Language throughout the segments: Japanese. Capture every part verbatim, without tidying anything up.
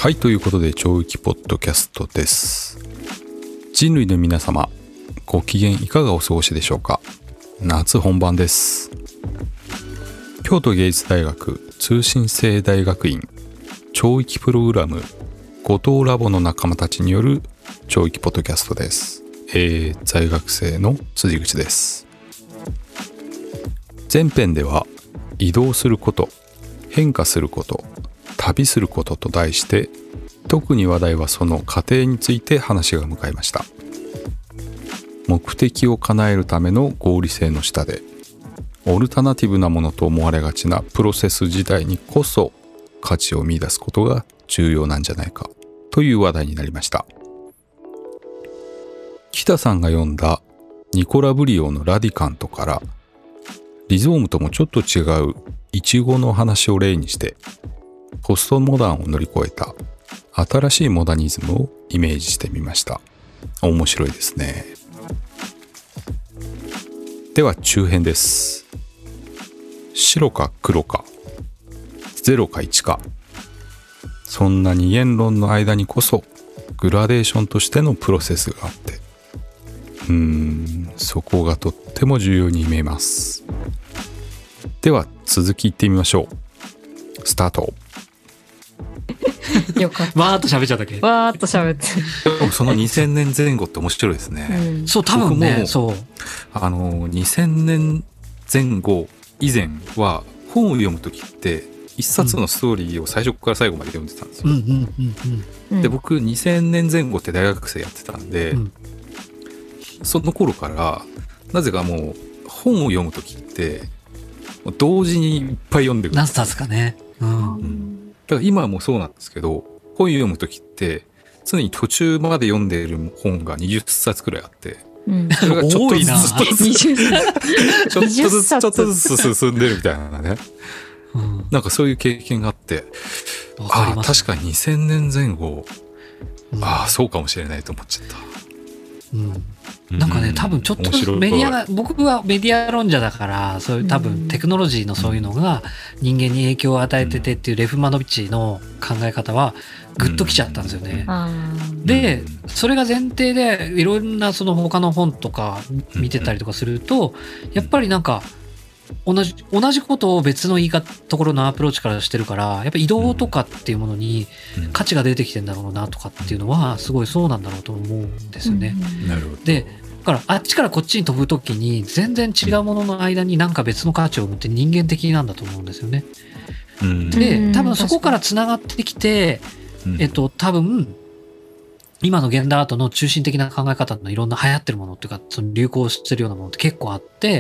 はい、ということで超域ポッドキャストです。人類の皆様、ご機嫌いかがお過ごしでしょうか。夏本番です。京都芸術大学通信制大学院超域プログラム後藤ラボの仲間たちによる超域ポッドキャストです。えー、在学生の辻口です。前編では移動すること、変化すること、旅することと題して、特に話題はその過程について話が向かいました。目的を叶えるための合理性の下で、オルタナティブなものと思われがちなプロセス自体にこそ価値を見出すことが重要なんじゃないかという話題になりました。北さんが読んだニコラ・ブリオのラディカントからリゾームともちょっと違うイチゴの話を例にしてポストモダンを乗り越えた新しいモダニズムをイメージしてみました。面白いですね。では中編です。白か黒か、ゼロかいちか、そんな二元論の間にこそグラデーションとしてのプロセスがあって、うーんそこがとっても重要に見えます。では続きいってみましょう。スタート。 よかった。 わーっと喋っちゃったっけ。 わーっと喋ってそのにせんねんぜん後って面白いですね、 うん、 そう多分ね、そうあのにせんねんぜん後以前は本を読むときって一冊のストーリーを最初から最後まで読んでたんですよ、 うんうんうんうん、 で僕にせんねんぜん後って大学生やってたんで、うん、その頃からなぜかもう本を読むときって同時にいっぱい読んでる。 何冊かね、うんうん、だから今はもうそうなんですけど、本読むときって常に途中まで読んでいる本がにじゅっさつくらいあって、 うん、 それがちょっとずつちょっとずつちょっとずつ進んでるみたいなね、うん、なんかそういう経験があって、ああ確かににせんねんぜん後、うん、ああそうかもしれないと思っちゃった。 うん、なんかね、多分ちょっとメディアが、僕はメディア論者だから、そういう多分テクノロジーのそういうのが人間に影響を与えててっていうレフマノビッチの考え方はグッときちゃったんですよね。で、それが前提でいろんなその他の本とか見てたりとかすると、やっぱりなんか同じ、同じことを別の言い方、ところのアプローチからしてるから、やっぱ移動とかっていうものに価値が出てきてんだろうなとかっていうのは、すごいそうなんだろうと思うんですよね。 なるほど。 で、だからあっちからこっちに飛ぶときに、全然違うものの間になんか別の価値を生むって人間的なんだと思うんですよね。で、多分そこからつながってきて、えっと、多分、今の現代アートの中心的な考え方のいろんな流行ってるものっていうか、その流行してるようなものって結構あって、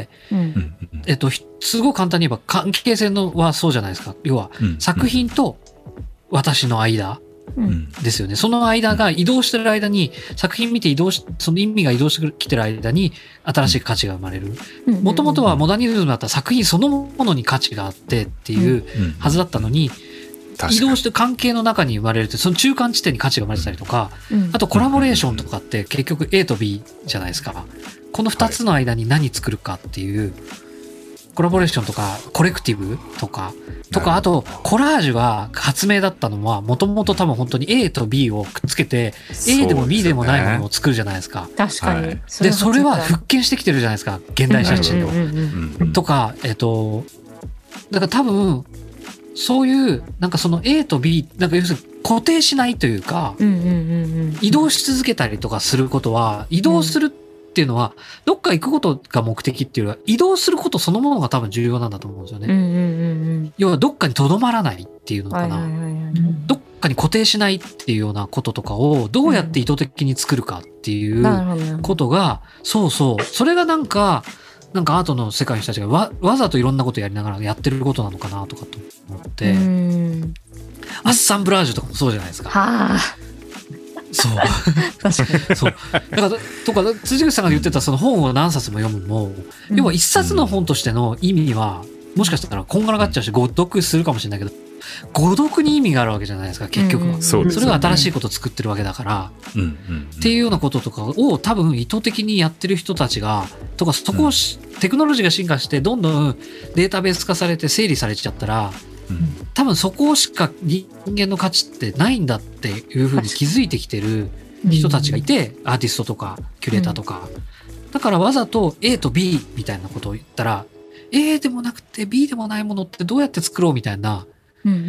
うん、えっと、すごい簡単に言えば関係性のはそうじゃないですか。要は、作品と私の間ですよね。その間が移動してる間に、作品見て移動し、その意味が移動してきてる間に新しい価値が生まれる。もともとはモダニズムだったら作品そのものに価値があってっていうはずだったのに、移動して関係の中に生まれるって、その中間地点に価値が生まれてたりとか、うん、あとコラボレーションとかって結局 A と B じゃないですか。このふたつの間に何作るかっていう、コラボレーションとかコレクティブとか、とか、あとコラージュが発明だったのは、もともと多分本当に A と B をくっつけて、A でも B でもないものを作るじゃないですか。 確かに。 で、それは復権してきてるじゃないですか。現代写真の。とか、えっと、だから多分、そういう、なんかその A と B、なんか要するに固定しないというか、移動し続けたりとかすることは、移動するっていうのは、どっか行くことが目的っていうよりは、移動することそのものが多分重要なんだと思うんですよね。要はどっかに留まらないっていうのかな。どっかに固定しないっていうようなこととかを、どうやって意図的に作るかっていうことが、そうそう、それがなんか、なんかアートの世界の人たちが わ, わざといろんなことやりながらやってることなのかなとかと思って、アッサンブラージュとかもそうじゃないですか。 はあ、 そう確かにそうだからとか辻口さんが言ってたその本を何冊も読むのも、うん、要は一冊の本としての意味はもしかしたらこんがらがっちゃうし誤読するかもしれないけど、誤読に意味があるわけじゃないですか結局は、うん、それが新しいことを作ってるわけだから、うんうんうん、っていうようなこととかを多分意図的にやってる人たちがとかそこを、うん、テクノロジーが進化してどんどんデータベース化されて整理されちゃったら、うん、 多分そこしか人間の価値ってないんだっていうふうに気づいてきてる人たちがいて、うん、アーティストとかキュレーターとか、うん、だからわざと A と B みたいなことを言ったら A でもなくて B でもないものってどうやって作ろうみたいな、うんうんうん、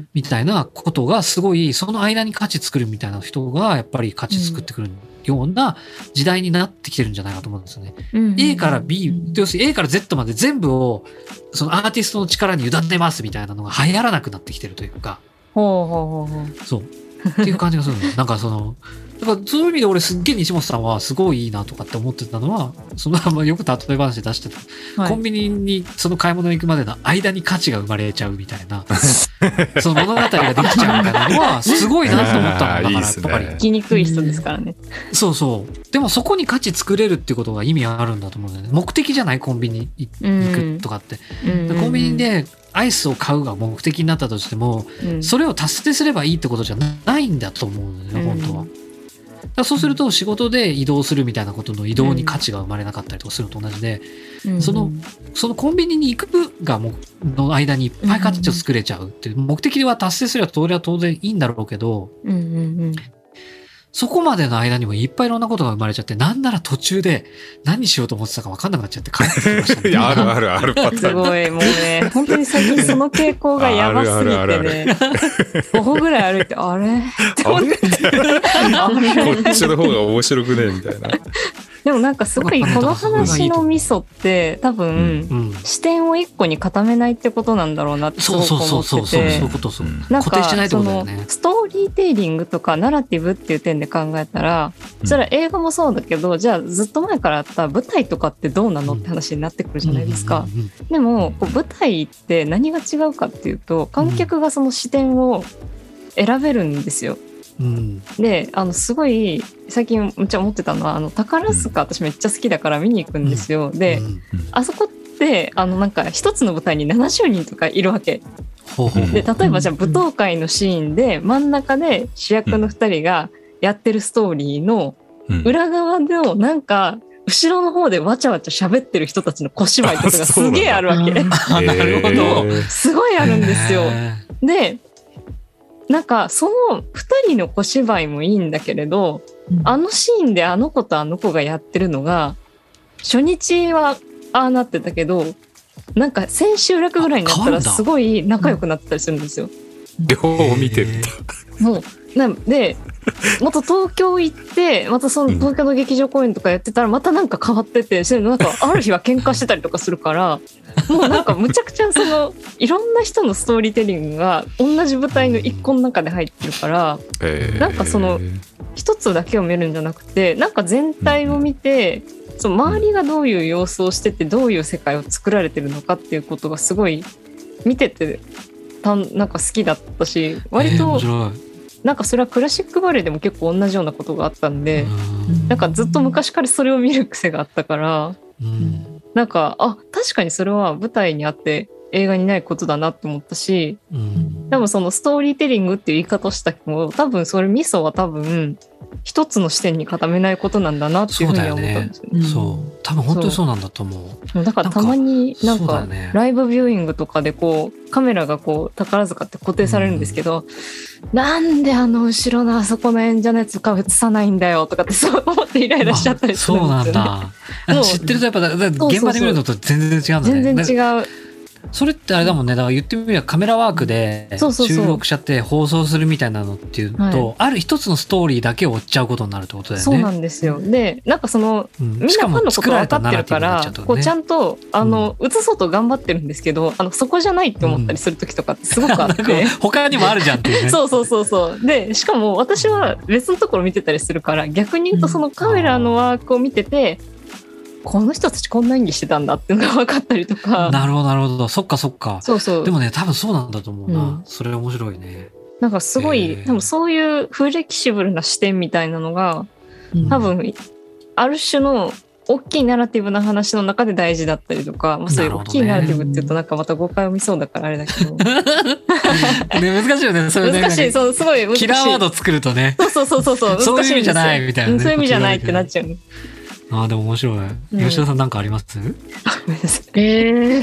みたいなことがすごい、その間に価値作るみたいな人がやっぱり価値作ってくるような時代になってきてるんじゃないかと思うんですよね。うんうんうん、A から B、要するに A から Z まで全部をそのアーティストの力に委ねますみたいなのが流行らなくなってきてるというか。 ほうほうほうほう。 そう。っていう感じがするんです。なんかその、だからそういう意味で俺すっげえ西本さんはすごいいいなとかって思ってたのは、そのままよく例え話で出してた、はい、コンビニにその買い物に行くまでの間に価値が生まれちゃうみたいなその物語ができちゃうみたいなのはすごいなと思ったの。だからやっぱり生きにくい人ですからね。 そうそう。でもそこに価値作れるっていうことが意味あるんだと思うんだよね。目的じゃない、コンビニに行くとかって、うん、コンビニでアイスを買うが目的になったとしても、うん、それを達成すればいいってことじゃないんだと思うんだよね、本当は。だそうすると仕事で移動するみたいなことの移動に価値が生まれなかったりとかするのと同じで、うん、そのそのコンビニに行くがもの間にいっぱい価値を作れちゃうっていう目的は達成すればそれは当然いいんだろうけど、うんうんうん、そこまでの間にもいっぱいいろんなことが生まれちゃって、なんなら途中で何しようと思ってたか分かんなくなっちゃって帰ってきましたね。 いや、あるあるあるパターン。 すごい、もうね、本当に最近その傾向がやばすぎてね、ご歩ぐらい歩いて、あれって思って。 こっちの方が面白くねえみたいな。 でもなんかすごいこの話のミソって多分、うんうん、視点を一個に固めないってことなんだろうなってすごく思ってて、そうそうそうそうそういうことそう。なんかそのストーリーテイリングとかナラティブっていう点で考えたら、それは映画もそうだけど、じゃあずっと前からあった舞台とかってどうなのって話になってくるじゃないですか。でもこう舞台って何が違うかっていうと、観客がその視点を選べるんですよ。うん、であのすごい最近めっちゃ思ってたのは、あの宝塚、私めっちゃ好きだから見に行くんですよ。で、うんうん、あそこってあのなんか一つの舞台にななじゅうにんとかいるわけで、例えばじゃあ舞踏会のシーンで真ん中で主役のふたりがやってるストーリーの裏側のなんか後ろの方でわちゃわちゃ喋ってる人たちの小芝居とかがすげえあるわけ。なるほど、すごいあるんですよ。でなんかそのふたりの小芝居もいいんだけれど、うん、あのシーンであの子とあの子がやってるのが初日はああなってたけど、なんか千秋楽ぐらいになったらすごい仲良くなってたりするんですよ。 両方見てるんだ。 もうなんでまた東京行ってまたその東京の劇場公演とかやってたらまたなんか変わってて、それなんかある日は喧嘩してたりとかするからもうなんかむちゃくちゃそのいろんな人のストーリーテリングが同じ舞台の一個の中で入ってるから、なんかその一つだけを見るんじゃなくて、なんか全体を見てその周りがどういう様子をしててどういう世界を作られてるのかっていうことがすごい見ててたなんか好きだったし、割となんかそれはクラシックバレエでも結構同じようなことがあったんで、なんかずっと昔からそれを見る癖があったから、なんかあ確かにそれは舞台にあって映画にないことだなって思ったし、でもそのストーリーテリングっていう言い方をしたけど、多分それミソは多分一つの視点に固めないことなんだなっていうふうには思ったんですよね。 そう多分本当にそうなんだと思う。 だからたまになんかライブビューイングとかでこうカメラがこう宝塚って固定されるんですけど、うん、なんであの後ろのあそこの演者のやつか映さないんだよとかってそう思ってイライラしちゃったりするんですよね。そうなんだ。知ってるとやっぱ現場で見るのと全然違うんだね。 全然違う。 それってあれだもんね。だから言ってみればカメラワークで収録しちゃって放送するみたいなのっていうと、はい、ある一つのストーリーだけを追っちゃうことになるってことだよね。そうなんですよ。でなんかその、うん、みんなファンのこと分かってるから、ね、こうちゃんとあの、うん、映そうと頑張ってるんですけど、あのそこじゃないって思ったりする時とかってすごくあって、うん、 他にもあるじゃんっていうね。 そうそうそうそう。でしかも私は別のところ見てたりするから、逆に言うとそのカメラのワークを見てて、この人たちこんな演技してたんだっていうのが分かったりとか。 なるほどなるほど。そっかそっか。 そうそう。 でもね多分そうなんだと思うな、うん、それ面白いね。 なんかすごい、えー、多分そういうフレキシブルな視点みたいなのが、うん、多分ある種の大きいナラティブな話の中で大事だったりとか、まあ、そういう大きいナラティブっていうとなんかまた誤解を見そうだからあれだけど、ね、 難しいよね。それね難しい。そうすごい難しい。 キラーワード作るとね。 そうそうそうそう。 そういう意味じゃないみたいな、ね、 そういう意味じゃないってなっちゃう。 ああでも面白い、うん、吉田さんなんかあります？ えー、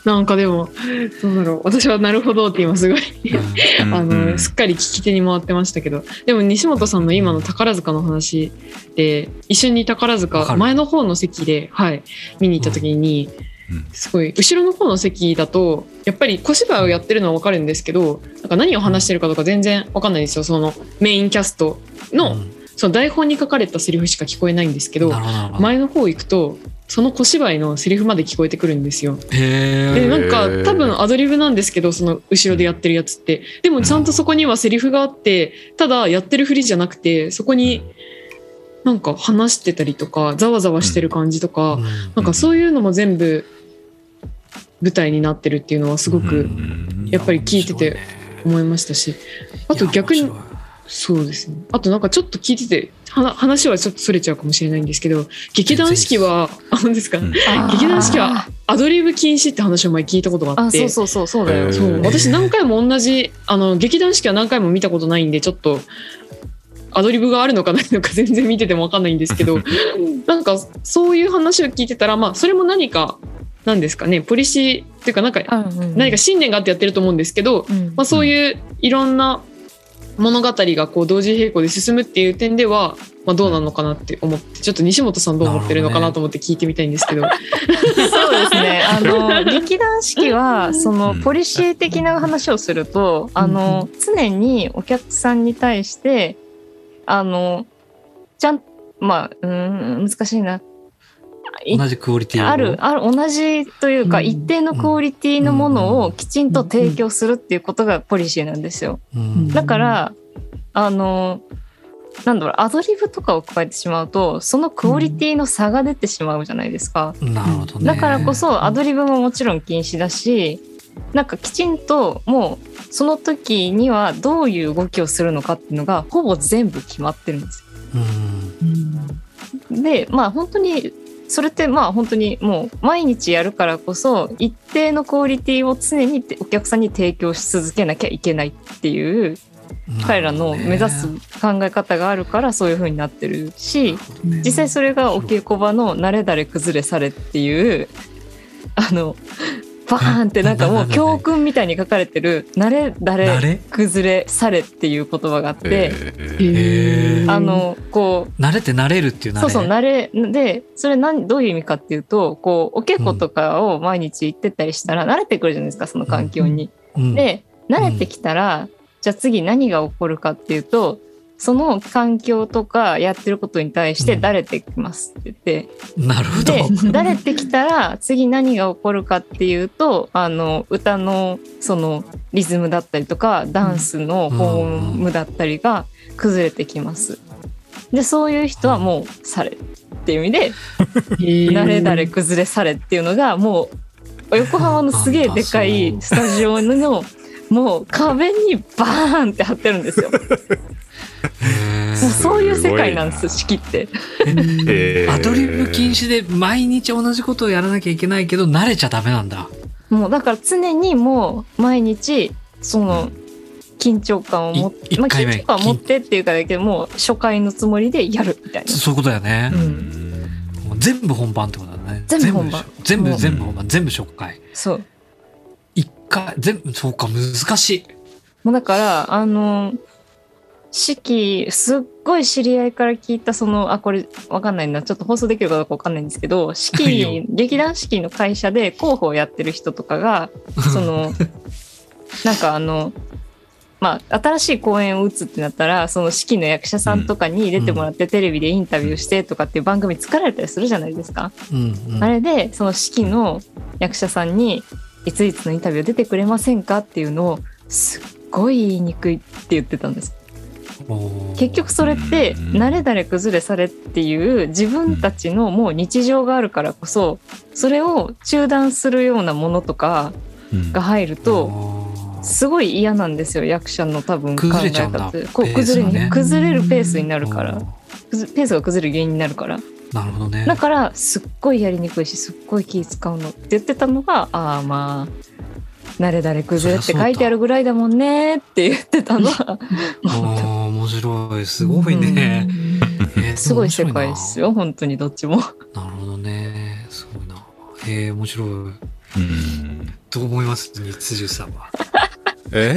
なんかでもどうだろう、私はなるほどって今すごいあのすっかり聞き手に回ってましたけど、でも西本さんの今の宝塚の話で、一緒に宝塚前の方の席で、はい、見に行った時に、すごい後ろの方の席だとやっぱり小芝居をやってるのは分かるんですけど、なんか何を話してるかとか全然分かんないんですよ。そのメインキャストの、その台本に書かれたセリフしか聞こえないんですけど、前の方行くとその小芝居のセリフまで聞こえてくるんですよ。でなんか多分アドリブなんですけど、その後ろでやってるやつってでもちゃんとそこにはセリフがあって、ただやってるふりじゃなくて、そこになんか話してたりとかざわざわしてる感じとか、なんかそういうのも全部舞台になってるっていうのはすごくやっぱり聞いてて思いましたし、あと逆にそうですね、あとなんかちょっと聞いてて話はちょっとそれちゃうかもしれないんですけど、劇団四季はあのですか、うん、劇団四季はアドリブ禁止って話を前聞いたことがあって、 あそうそうそうそうだよ、 そう私何回も同じあの劇団四季は何回も見たことないんで、ちょっとアドリブがあるのかないのか全然見てても分かんないんですけどなんかそういう話を聞いてたら、まあそれも何かなんですかね、ポリシーっていうかなんか何か信念があってやってると思うんですけど、まあ、そういういろんな物語がこう同時並行で進むっていう点では、まあ、どうなのかなって思って、ちょっと西本さんどう思ってるのかなと思って聞いてみたいんですけど。 そうですね、あの劇団四季はそのポリシー的な話をすると、あの常にお客さんに対してあのちゃんまあうーん難しいな、 同じクオリティあるある同じというか、一定のクオリティのものをきちんと提供するっていうことがポリシーなんですよ。だからあのなんだろう、アドリブとかを加えてしまうとそのクオリティの差が出てしまうじゃないですか。 なるほどね。 だからこそアドリブももちろん禁止だし、なんかきちんともうその時にはどういう動きをするのかっていうのがほぼ全部決まってるんですよ。うんでまあ本当にそれってまあ本当にもう毎日やるからこそ一定のクオリティを常にお客さんに提供し続けなきゃいけないっていう彼らの目指す考え方があるからそういう風になってるし、実際それがお稽古場の慣れだれ崩れされっていうあのバーンってなんかもう教訓みたいに書かれてる慣れだれ崩れされっていう言葉があって、えー、あのこう慣れて慣れるっていう慣れ、 そうそう慣れで、それ何どういう意味かっていうと、こうお稽古とかを毎日行ってたりしたら慣れてくるじゃないですか、その環境に、うん、で慣れてきたら、うん、じゃあ次何が起こるかっていうと、その環境とかやってることに対して慣れてきますって言って、 うん、なるほど。 で慣れてきたら次何が起こるかっていうと、あの歌のそのリズムだったりとかダンスのフォームだったりが崩れてきます。でそういう人はもうされっていう意味で慣れだれ崩れされっていうのがもう横浜のすげえでかいスタジオのもう壁にバーンって貼ってるんですよ。もうそういう世界なんですよ、式って。 アドリブ禁止で毎日同じことをやらなきゃいけないけど慣れちゃダメなんだ。 もうだから常にもう毎日その緊張感を持って、まあ、緊張感を持ってっていうかだけどもう初回のつもりでやるみたいな。 そういうことだよね、うん、もう全部本番ってことだね。 全部本番、 全部全部本番、全部初回。 そう一回全部、そうか難しい。 もうだからあの式すっごい知り合いから聞いたそのあこれわかんないな、ちょっと放送できるかどうかわかんないんですけど、式劇団四季の会社で広報をやってる人とかがそのなんかあのまあ新しい公演を打つってなったらその式の役者さんとかに出てもらってテレビでインタビューしてとかっていう番組作られたりするじゃないですか、うんうん、あれでその式の役者さんにいついつのインタビュー出てくれませんかっていうのをすっごい言いにくいって言ってたんです。結局それって慣れだれ崩れされっていう自分たちのもう日常があるからこそそれを中断するようなものとかが入るとすごい嫌なんですよ、役者の多分考え方で。こう崩れに崩れるペースになるから、ペースが崩れる原因になるから。 なるほどね。 だからすっごいやりにくいしすっごい気使うのって言ってたのが、ああまあ慣れだれ崩れって書いてあるぐらいだもんねって言ってたのはあ面白い、すごいね、 えー、すごい世界ですよ本当にどっちも。 なるほどね、すごいな。えー、面白い。 うん、 どう思います日中さんは。 え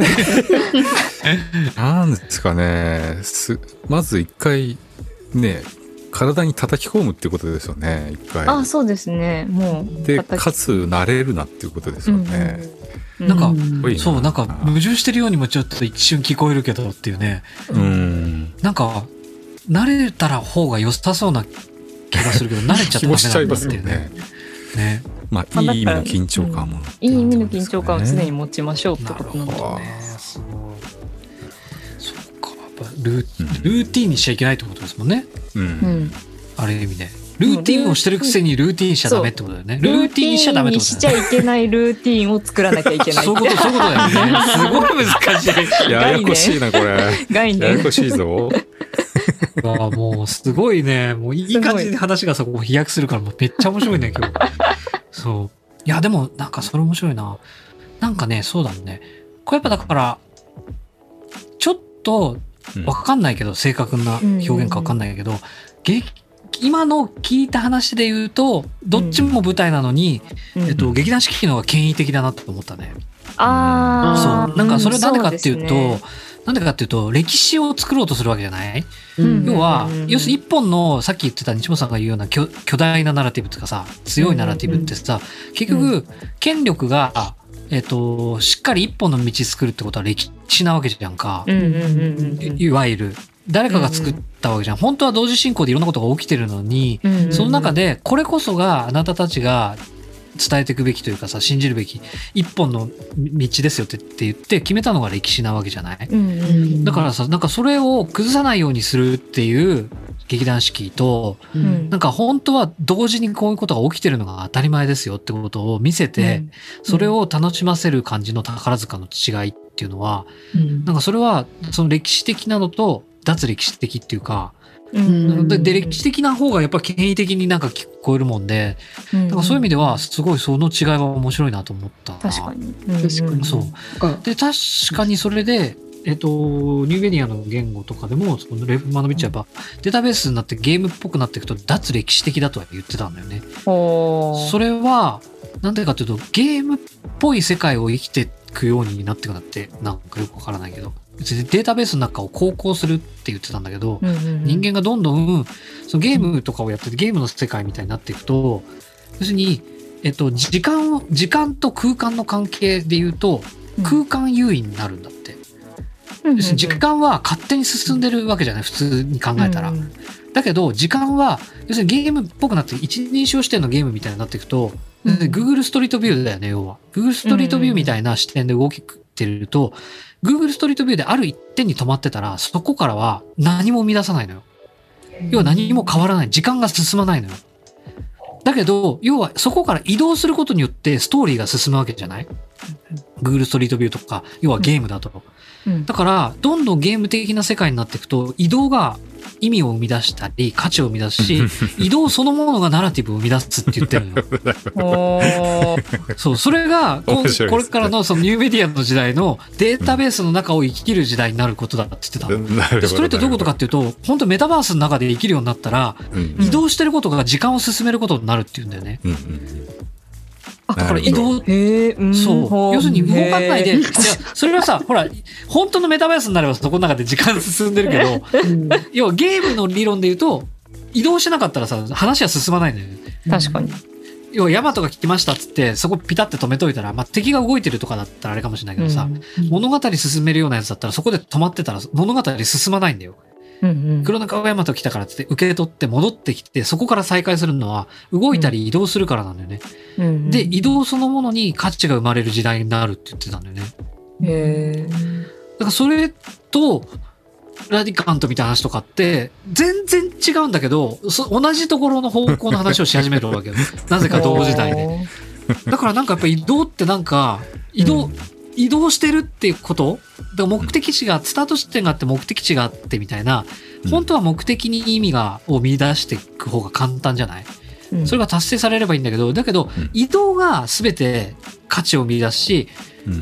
なんですかね、すまず一回ね体に叩き込むっていうことですよね。一回あそうですね。もうでかつ慣れるなっていうことですよね、 うん、なんか、うん、そうなんか矛盾してるようにもちょっと一瞬聞こえるけどっていうね、うん、なんか慣れたら方が良さそうな気がするけど慣れちゃったらダメなんだっていうね。ね、 まあ、いい意味の緊張感も、 うん、いい意味の緊張感を常に持ちましょうってことなんだね。すごい。そっか、やっぱルー、うん、ルーティンにしちゃいけないってことですもんね。うん。ある意味で。ルーティンをしてるくせにルーティンしちゃダメってことだよね。ルーティンしちゃダメってことだよね。 ルーティンにしちゃいけないルーティンを作らなきゃいけない。 そういうこと、そういうことだよね。すごい難しい。 ややこしいな、これ。 概念。 ややこしいぞ。 あもうすごいね。もういい感じで話がそこ飛躍するからもうめっちゃ面白いね、今日。そう。いや、でも、なんかそれ面白いな。なんかね、そうだね。これやっぱだから、ちょっと、わかんないけど、うん、正確な表現かわかんないけど、うんうんうん、今の聞いた話で言うと、どっちも舞台なのに、うん、えっと、劇団四季の方が権威的だなと思ったね。 ああ。そう。なんかそれなんでかっていうと、うんなんでかっていうと、歴史を作ろうとするわけじゃない、うん、要は、要するに一本の、さっき言ってた日本さんが言うような 巨, 巨大なナラティブとかさ、強いナラティブってさ、結局、権力が、えっと、しっかり一本の道作るってことは歴史なわけじゃんか。いわゆる。誰かが作ったわけじゃん。本当は同時進行でいろんなことが起きてるのに、その中で、これこそがあなたたちが、伝えていくべきというかさ信じるべき一本の道ですよって言って決めたのが歴史なわけじゃない、うんうんうん、だからさなんかそれを崩さないようにするっていう劇団四季と、うん、なんか本当は同時にこういうことが起きてるのが当たり前ですよってことを見せて、うん、それを楽しませる感じの宝塚の違いっていうのは、うん、なんかそれはその歴史的なのと脱歴史的っていうかうん、で, で歴史的な方がやっぱり権威的になんか聞こえるもんで、うん、だからそういう意味ではすごいその違いは面白いなと思ったな。 確かに、 うん、確かにそうで確かにそれで、えっと、ニューメディアの言語とかでもそのレフマノビッチはやっぱデータベースになってゲームっぽくなっていくと脱歴史的だとは言ってたんだよね。それはなんでかというとゲームっぽい世界を生きていくようになっていくなってなんかよくわからないけど別にデータベースの中を航行するって言ってたんだけど、うんうんうん、人間がどんどんそのゲームとかをやっててゲームの世界みたいになっていくと要するに、えっと、時間を時間と空間の関係で言うと空間優位になるんだって、うん、要するに時間は勝手に進んでるわけじゃない普通に考えたら、うんうん、だけど時間は要するにゲームっぽくなって一人称視点のゲームみたいになっていくと、うん、Google ストリートビューだよね要は Google ストリートビューみたいな視点で動きてると、うんGoogle ストリートビューである一点に止まってたら、そこからは何も生み出さないのよ。要は何も変わらない。時間が進まないのよ。だけど、要はそこから移動することによってストーリーが進むわけじゃない ?Google ストリートビューとか、要はゲームだと。うん、だから、どんどんゲーム的な世界になっていくと、移動が意味を生み出したり、価値を生み出すし、移動そのものがナラティブを生み出すって言ってるのよ。そう、それがこ、これからのそのニューメディアの時代のデータベースの中を生きる時代になることだって言ってたの。うん、それってどういうことかっていうと、本当メタバースの中で生きるようになったら、うん、移動してることが時間を進めることになるっていうんだよね。うんうんだから移動、へうん、そう。要するに動かないで、いや、それはさ、ほら、本当のメタバースになればそこの中で時間進んでるけど、うん、要はゲームの理論で言うと、移動しなかったらさ、話は進まないんだよね。 確かに。 要はヤマトが来ましたっつって、そこピタって止めといたら、まあ、敵が動いてるとかだったらあれかもしれないけどさ、うん、物語進めるようなやつだったらそこで止まってたら物語進まないんだよ。うんうん、黒中大和来たからって受け取って戻ってきてそこから再開するのは動いたり移動するからなんだよね、うんうん、で移動そのものに価値が生まれる時代になるって言ってたんだよね。へー。だからそれとラディカントみたいな話とかって全然違うんだけど同じところの方向の話をし始めるわけよなぜか同時代でだからなんかやっぱり移動ってなんか移動、うん移動してるっていうことだから目的地がスタート地点があって目的地があってみたいな本当は目的に意味がを見出していく方が簡単じゃない、うん、それが達成されればいいんだけどだけど移動が全て価値を見出すし、うん、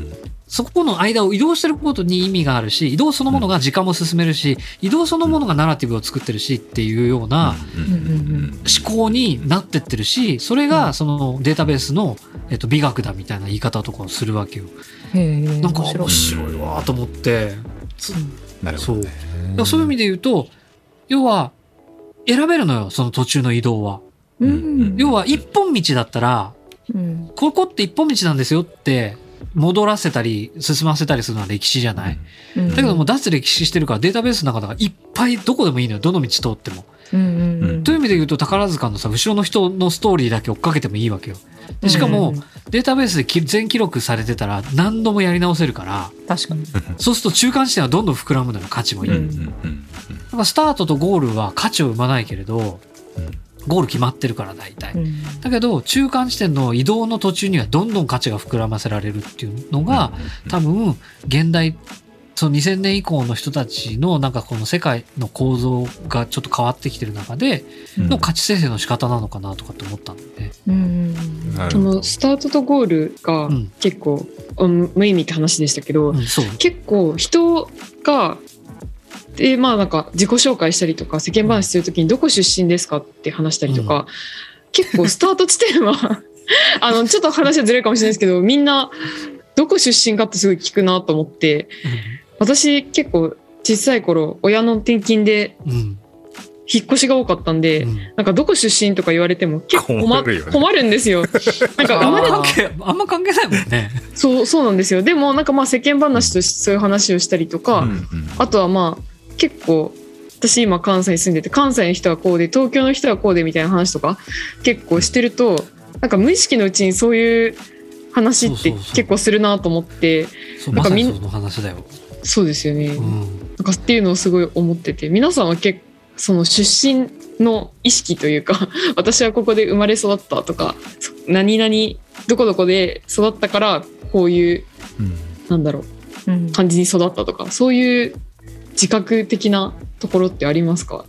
そこの間を移動してることに意味があるし、移動そのものが時間も進めるし、移動そのものがナラティブを作ってるしっていうような思考になってってるし、それがそのデータベースの、えっと、美学だみたいな言い方とかをするわけよ。なんか面白いわと思って。 なるほどね。 そう。そういう意味で言うと、要は選べるのよ、その途中の移動は。うん、要は一本道だったら、うん、ここって一本道なんですよって戻らせたり進ませたりするのは歴史じゃない、うん、だけどもう脱歴史してるからデータベースの中だからいっぱいどこでもいいのよ、どの道通っても、うんうんうん、という意味で言うと宝塚のさ後ろの人のストーリーだけ追っかけてもいいわけよ。でしかも、うんうん、データベースで全記録されてたら何度もやり直せるから、 確かにそうすると中間地点はどんどん膨らむのよ、価値もいい、うんうんうん、だからスタートとゴールは価値を生まないけれど、うんゴール決まってるから大体、うん、だけど中間地点の移動の途中にはどんどん価値が膨らませられるっていうのが、うん、多分現代そのにせんねん以降の人たちのなんかこの世界の構造がちょっと変わってきてる中での価値生成の仕方なのかなとかって思ったんだよね、うん、 そのスタートとゴールが結構、うん、無意味って話でしたけど、うん、結構人がでまあなんか自己紹介したりとか世間話するときにどこ出身ですかって話したりとか、うん、結構スタート地点はあのちょっと話はずれるかもしれないですけど、みんなどこ出身かってすごい聞くなと思って、うん、私結構小さい頃親の転勤で引っ越しが多かったんで、うん、なんかどこ出身とか言われても結構困る、ね、困るんですよ。なんか生まれあ, あんま関係ないもんね。 そうそうなんですよ。でもなんかまあ世間話としてそういう話をしたりとか、うんうん、あとはまあ結構私今関西に住んでて関西の人はこうで東京の人はこうでみたいな話とか結構してると、なんか無意識のうちにそういう話って結構するなと思って、 なんかみんなその話だよ。 そうですよね、うん、なんかっていうのをすごい思ってて、皆さんは結構その出身の意識というか私はここで生まれ育ったとか何々どこどこで育ったからこういう、うん、なんだろう、うん、感じに育ったとかそういう自覚的なところってありますか？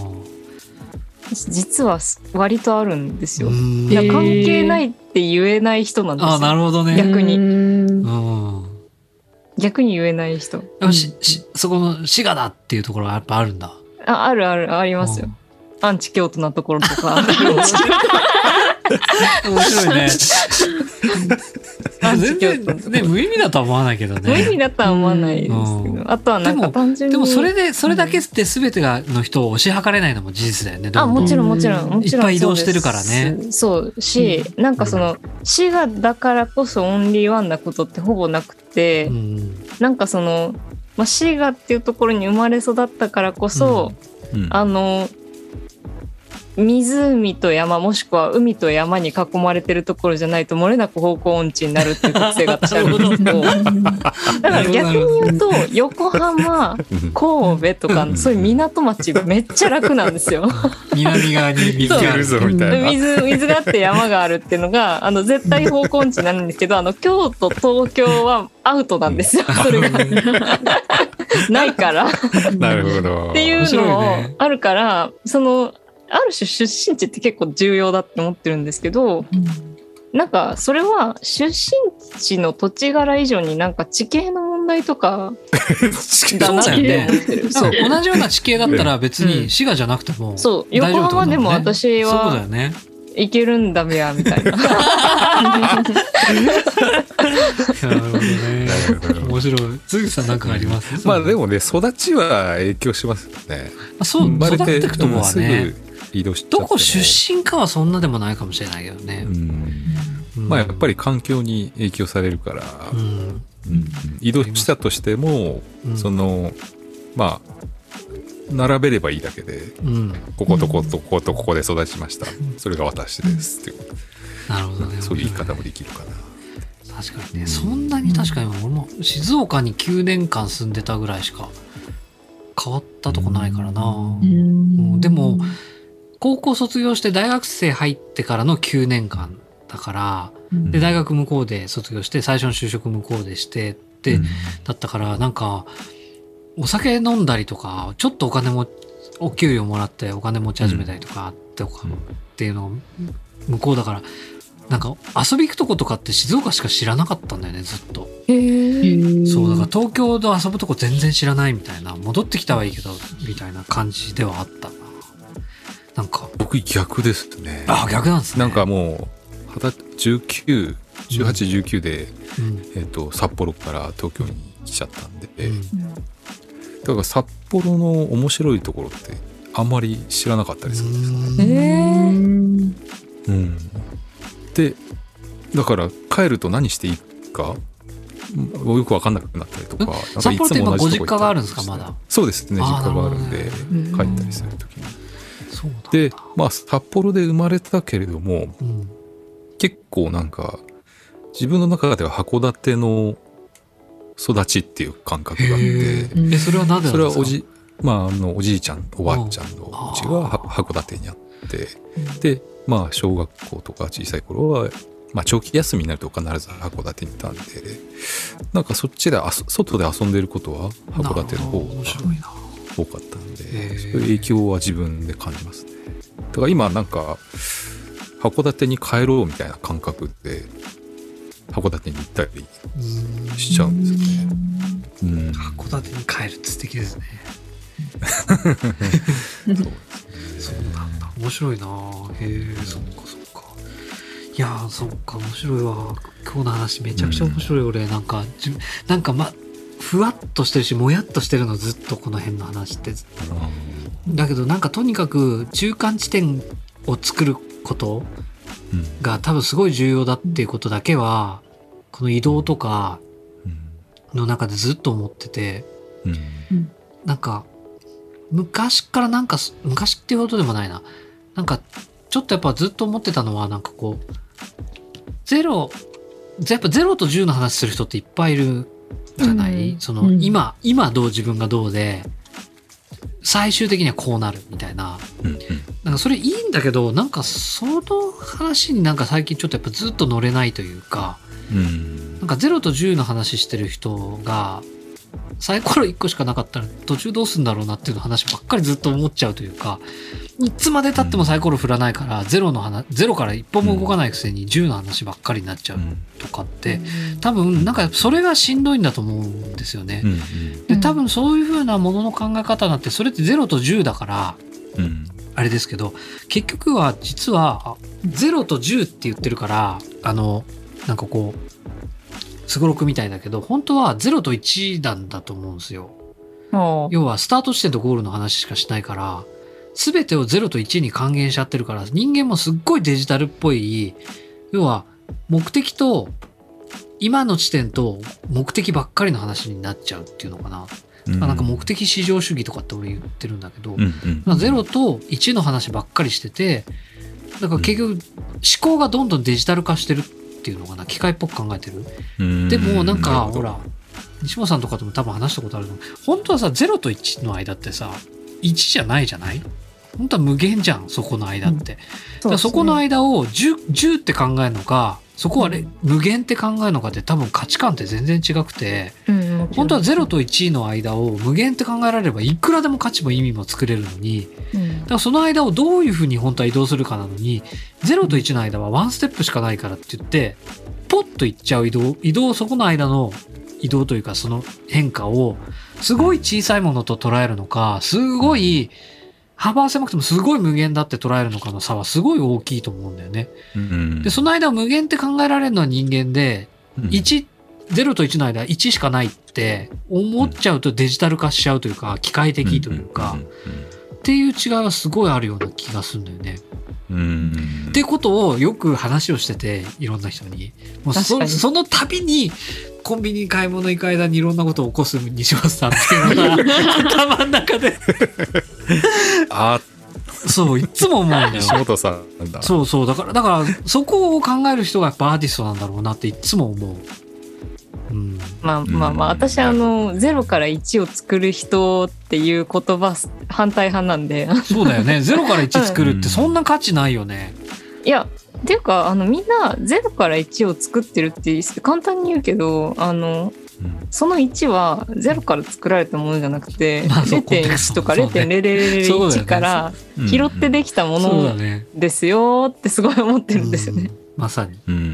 実は割とあるんですよ。いや関係ないって言えない人なんですよ。 あ、なるほどね。 逆に、うん、逆に言えない人。 ししそこの滋賀だっていうところはやっぱあるんだ。 あ、あるあるありますよ。アンチ京都なところとか。 面白いね。全然ね無意味だとは思わないけどね。 無意味だとは思わないですけど、うん、あとはなんか単純にでも、でもそれでそれだけって全てがの人を推し量れないのも事実だよね。 あ、もちろんもちろんもちろんいっぱい移動してるからね。 そうし、うん、なんかその滋賀だからこそオンリーワンなことってほぼなくて、うん、なんかその、まあ、滋賀っていうところに生まれ育ったからこそ、うんうん、あの湖と山もしくは海と山に囲まれてるところじゃないと漏れなく方向音痴になるっていう特性が私あるんですけどだから逆に言うと横浜神戸とかそういう港町めっちゃ楽なんですよ。 南側に水があるぞみたいな水, 水があって山があるっていうのがあの絶対方向音痴になるんですけど、あの京都東京はアウトなんですよ。それがないからなるほどっていうのもあるから、そのある種出身地って結構重要だって思ってるんですけど、うん、なんかそれは出身地の土地柄以上になんか地形の問題とかだなって思ってる。 そう、同じような地形だったら別に滋賀じなくても、うん、 そう横浜でも私はそうだよね。いけるんだべやみたいな。なるほどね。面白い。鈴木さんなんかあります？ まあでもね、育ちは影響しますよね。 あ、そう、育っていくとこはね。 移動しちゃってもどこ出身かはそんなでもないかもしれないけどね。うんうん、まあやっぱり環境に影響されるから、うんうん、移動したとしても、うん、そのまあ並べればいいだけで、うん、こことこことこことここで育ちました、うん、それが私ですっていう、 なるほどね、 そういう言い方もできるかな。 確かにね、そんなに確かに俺も静岡にきゅうねんかん住んでたぐらいしか変わったとこないからな、うん、でも高校卒業して大学生入ってからのきゅうねんかんだから、うん、で大学向こうで卒業して最初の就職向こうでしてって、うん、だったからなんかお酒飲んだりとかちょっとお金もお給料もらってお金持ち始めたりとかって、うん、っていうのを向こうだからなんか遊び行くとことかって静岡しか知らなかったんだよねずっと。 へー。 そうだから東京で遊ぶとこ全然知らないみたいな、戻ってきたはいいけどみたいな感じではあったな。なんか僕逆ですね。 あ、逆なんですね。 なんかもうじゅうきゅう、じゅうはち、じゅうきゅうで、うん、えーと、札幌から東京に来ちゃったんで、うん、だから札幌の面白いところってあんまり知らなかったりするんですよね。 へー。 うん、でだから帰ると何していいかよく分かんなくなったりとか、なんかいつも同じとこ行った。 札幌って今ご実家があるんですかまだ。 そうですね、実家があるんで帰ったりする時に。でまあ札幌で生まれたけれども、うん、結構なんか自分の中では函館の育ちっていう感覚があって、 えそれは何でなんですか。 それはおじ、まあ、あのおじいちゃんおばあちゃんのうちが函館にあって、でまあ小学校とか小さい頃は、まあ、長期休みになると必ず函館にいたんで、なんかそっちであ外で遊んでることは函館の方が多かったんで、そういう影響は自分で感じますね。だから今なんか函館に帰ろうみたいな感覚で函館に行ったりしちゃうんですよね。 うん、函館に帰るって素敵ですね。 そうですね。 そうなんだ。面白いな。へえ、そっかそっか。いやー、そっか面白いわ。今日の話めちゃくちゃ面白い。うん、俺なんかなんかまふわっとしてるしもやっとしてるのずっとこの辺の話ってずっと。だけどなんかとにかく中間地点を作ることが多分すごい重要だっていうことだけはこの移動とかの中でずっと思ってて、なんか昔からなんか昔っていうことでもないな、なんかちょっとやっぱずっと思ってたのはなんかこうゼロやっぱゼロとじゅうの話する人っていっぱいいるじゃない、うん、その今今どう自分がどうで最終的にはこうなるみたいな、うんうん、なんかそれいいんだけどなんかその話になんか最近ちょっとやっぱずっと乗れないというか、うん、なんかゼロとじゅうの話してる人がサイコロいっこしかなかったら途中どうするんだろうなっていう話ばっかりずっと思っちゃうというか、いつまで経ってもサイコロ振らないからゼロの話ゼロから一歩も動かないくせにじゅうの話ばっかりになっちゃうとかって多分なんかそれがしんどいんだと思うんですよね。で多分そういう風なものの考え方になってそれってゼロとじゅうだからあれですけど結局は実はゼロとじゅうって言ってるからあのなんかこうすごろくみたいだけど本当はゼロといちなんだと思うんですよ。要はスタート地点とゴールの話しかしないから全てをゼロといちに還元しちゃってるから人間もすっごいデジタルっぽい要は目的と今の地点と目的ばっかりの話になっちゃうっていうのかな。うん、なんか目的至上主義とかって俺言ってるんだけど、うんうんまあ、ゼロといちの話ばっかりしててだから結局思考がどんどんデジタル化してるっていうのかな機械っぽく考えてる。でもなんかほら西本さんとかとも多分話したことあるの本当はさゼロといちの間ってさいちじゃないじゃない本当は無限じゃんそこの間って、うん そ, ね、だからそこの間を 10, じゅうって考えるのかそこは、ね、無限って考えるのかって多分価値観って全然違くて、うん、本当はゼロといちの間を無限って考えられればいくらでも価値も意味も作れるのに、うん、だからその間をどういうふうに本当は移動するかなのにゼロといちの間はワンステップしかないからって言ってポッといっちゃう移動移動そこの間の移動というかその変化をすごい小さいものと捉えるのかすごい幅は狭くてもすごい無限だって捉えるのかの差はすごい大きいと思うんだよね、うん、でその間無限って考えられるのは人間で、うん、いち、ゼロといちの間いちしかないって思っちゃうとデジタル化しちゃうというか機械的というか、うん、っていう違いはすごいあるような気がするんだよね。うん、ってことをよく話をしてていろんな人にもう そ, その度にコンビニに買い物行く間にいろんなことを起こす西本さんっていうのが頭の中であそういつも思うんだよ。 西本さんだ。 そうそうだからだからそこを考える人がやっぱアーティストなんだろうなっていつも思う。 うん、まあまあまあ私あのゼロからいちを作る人っていう言葉反対派なんでそうだよねゼロからいち作るってそんな価値ないよね。 いやっていうかあのみんなゼロからいちを作ってるって簡単に言うけどあのそのいちはゼロから作られたものじゃなくて、まあ、ゼロてんいちとか ゼロてんゼロゼロゼロいち から拾ってできたものですよってすごい思ってるんですよね。 まさに、 うんうん、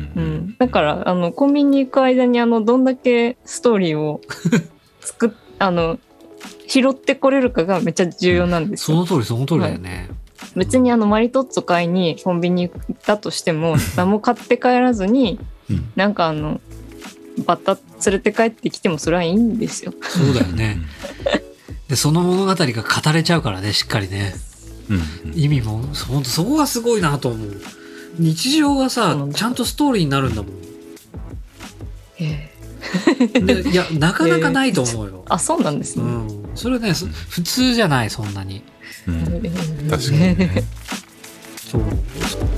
だからあのコンビニ行く間にあのどんだけストーリーを作っあの拾ってこれるかがめっちゃ重要なんですよ。 その通りその通りだよね、 はい、別にあのマリトッツォ買いにコンビニ行ったとしても何も買って帰らずに、うん、なんかあのバッタ連れて帰ってきてもそれはいいんですよ。 そうだよねでその物語が語れちゃうからね、しっかりね、うんうん、意味もそ, そこがすごいなと思う。日常がさちゃんとストーリーになるんだもん。 えー、いやなかなかないと思うよ、 えー、あそうなんですね、うん、 それね普通じゃないそんなに、 うん、確かにねそう